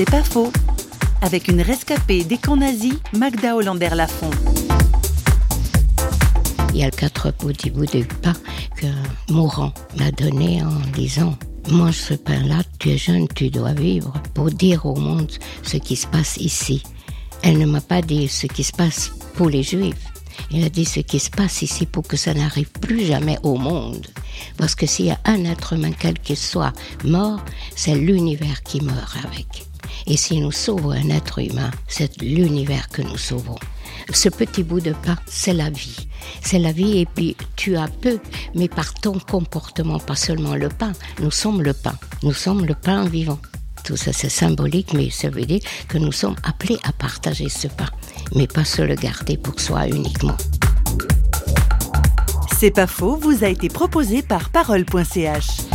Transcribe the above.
C'est pas faux. Avec une rescapée des camps nazis, Magda Hollander-Lafont. Il y a le 4 petits bouts de pain que Mourant m'a donné en disant « Mange ce pain-là, tu es jeune, tu dois vivre pour dire au monde ce qui se passe ici. » Elle ne m'a pas dit ce qui se passe pour les Juifs. Elle a dit ce qui se passe ici pour que ça n'arrive plus jamais au monde. Parce que s'il y a un être humain, quel qu'il soit, mort, c'est l'univers qui meurt avec. Et si nous sauvons un être humain, c'est l'univers que nous sauvons. Ce petit bout de pain, c'est la vie. C'est la vie et puis tu as peu, mais par ton comportement, pas seulement le pain. Nous sommes le pain. Nous sommes le pain vivant. Tout ça, c'est symbolique, mais ça veut dire que nous sommes appelés à partager ce pain, mais pas se le garder pour soi uniquement. C'est pas faux, vous a été proposé par parole.ch.